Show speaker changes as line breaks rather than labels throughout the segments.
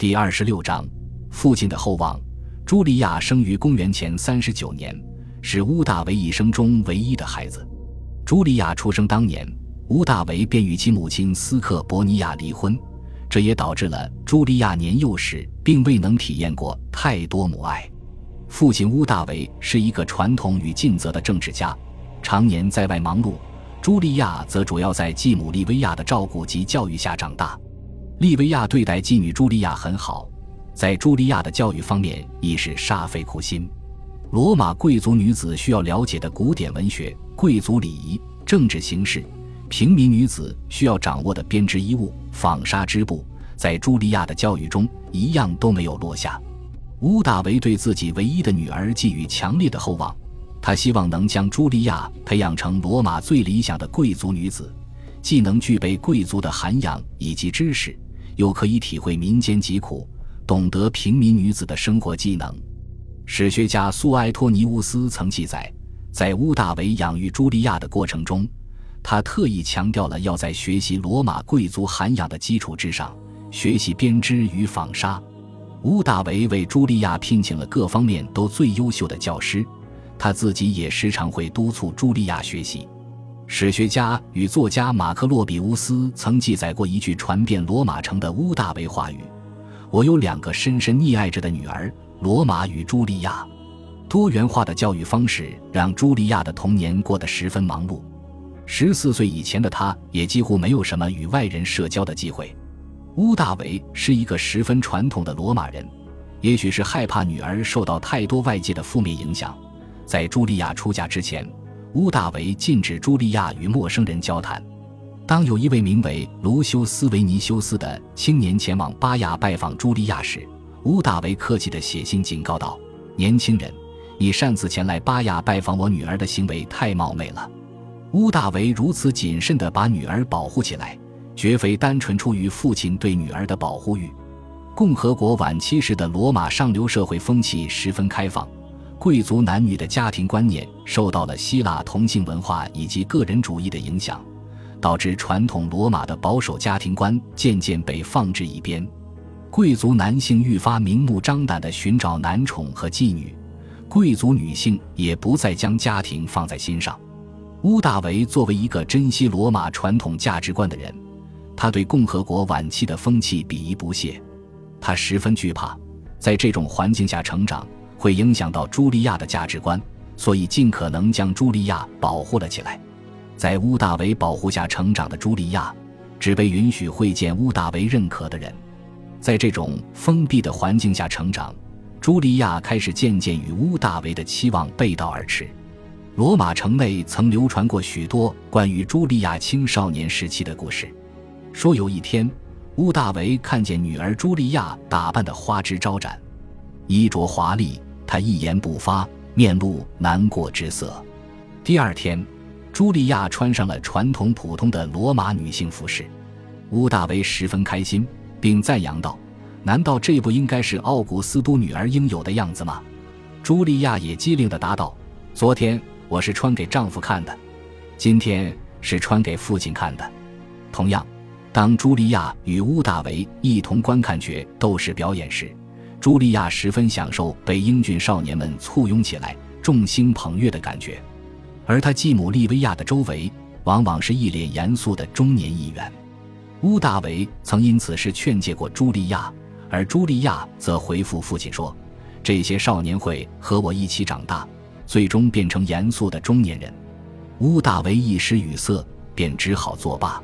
第26章，父亲的厚望。茱莉亚生于公元前39年，是屋大维一生中唯一的孩子。茱莉亚出生当年，屋大维便与其母亲斯克伯尼亚离婚，这也导致了茱莉亚年幼时并未能体验过太多母爱。父亲屋大维是一个传统与尽责的政治家，常年在外忙碌，茱莉亚则主要在继母利维亚的照顾及教育下长大。利维亚对待继女茱莉亚很好，在茱莉亚的教育方面亦是煞费苦心。罗马贵族女子需要了解的古典文学、贵族礼仪、政治形势，平民女子需要掌握的编织衣物、纺纱织布，在茱莉亚的教育中一样都没有落下。屋大维对自己唯一的女儿寄予强烈的厚望，他希望能将茱莉亚培养成罗马最理想的贵族女子，既能具备贵族的涵养以及知识，又可以体会民间疾苦，懂得平民女子的生活技能。史学家苏埃托尼乌斯曾记载，在屋大维养育茱莉亚的过程中，他特意强调了要在学习罗马贵族涵养的基础之上，学习编织与纺纱。屋大维为茱莉亚聘请了各方面都最优秀的教师，他自己也时常会督促茱莉亚学习。史学家与作家马克洛比乌斯曾记载过一句传遍罗马城的屋大维话语：我有2个深深溺爱着的女儿，罗马与茱莉亚。多元化的教育方式让茱莉亚的童年过得十分忙碌。14岁以前的她也几乎没有什么与外人社交的机会。屋大维是一个十分传统的罗马人，也许是害怕女儿受到太多外界的负面影响，在茱莉亚出嫁之前，屋大维禁止茱莉亚与陌生人交谈。当有一位名为卢修斯·维尼修斯的青年前往巴亚拜访茱莉亚时，屋大维客气地写信警告道：年轻人，你擅自前来巴亚拜访我女儿的行为太冒昧了。屋大维如此谨慎地把女儿保护起来，绝非单纯出于父亲对女儿的保护欲。共和国晚期时的罗马上流社会风气十分开放，贵族男女的家庭观念受到了希腊同性文化以及个人主义的影响，导致传统罗马的保守家庭观渐渐被放置一边。贵族男性愈发明目张胆地寻找男宠和妓女，贵族女性也不再将家庭放在心上。屋大维作为一个珍惜罗马传统价值观的人，他对共和国晚期的风气鄙夷不屑，他十分惧怕在这种环境下成长会影响到茱莉亚的价值观，所以尽可能将茱莉亚保护了起来。在屋大维保护下成长的茱莉亚只被允许会见屋大维认可的人。在这种封闭的环境下成长，茱莉亚开始渐渐与屋大维的期望背道而驰。罗马城内曾流传过许多关于茱莉亚青少年时期的故事，说有一天，屋大维看见女儿茱莉亚打扮得花枝招展，衣着华丽，她一言不发，面露难过之色。第二天，茱莉亚穿上了传统普通的罗马女性服饰，屋大维十分开心，并赞扬道：难道这不应该是奥古斯都女儿应有的样子吗？茱莉亚也机灵地答道：昨天我是穿给丈夫看的，今天是穿给父亲看的。同样，当茱莉亚与屋大维一同观看决斗士表演时，茱莉亚十分享受被英俊少年们簇拥起来众星捧月的感觉，而她继母利维亚的周围往往是一脸严肃的中年议员。屋大维曾因此事劝诫过茱莉亚，而茱莉亚则回复父亲说：这些少年会和我一起长大，最终变成严肃的中年人。屋大维一时语塞，便只好作罢。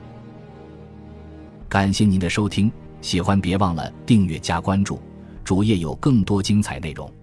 感谢您的收听，喜欢别忘了订阅加关注，主页有更多精彩内容。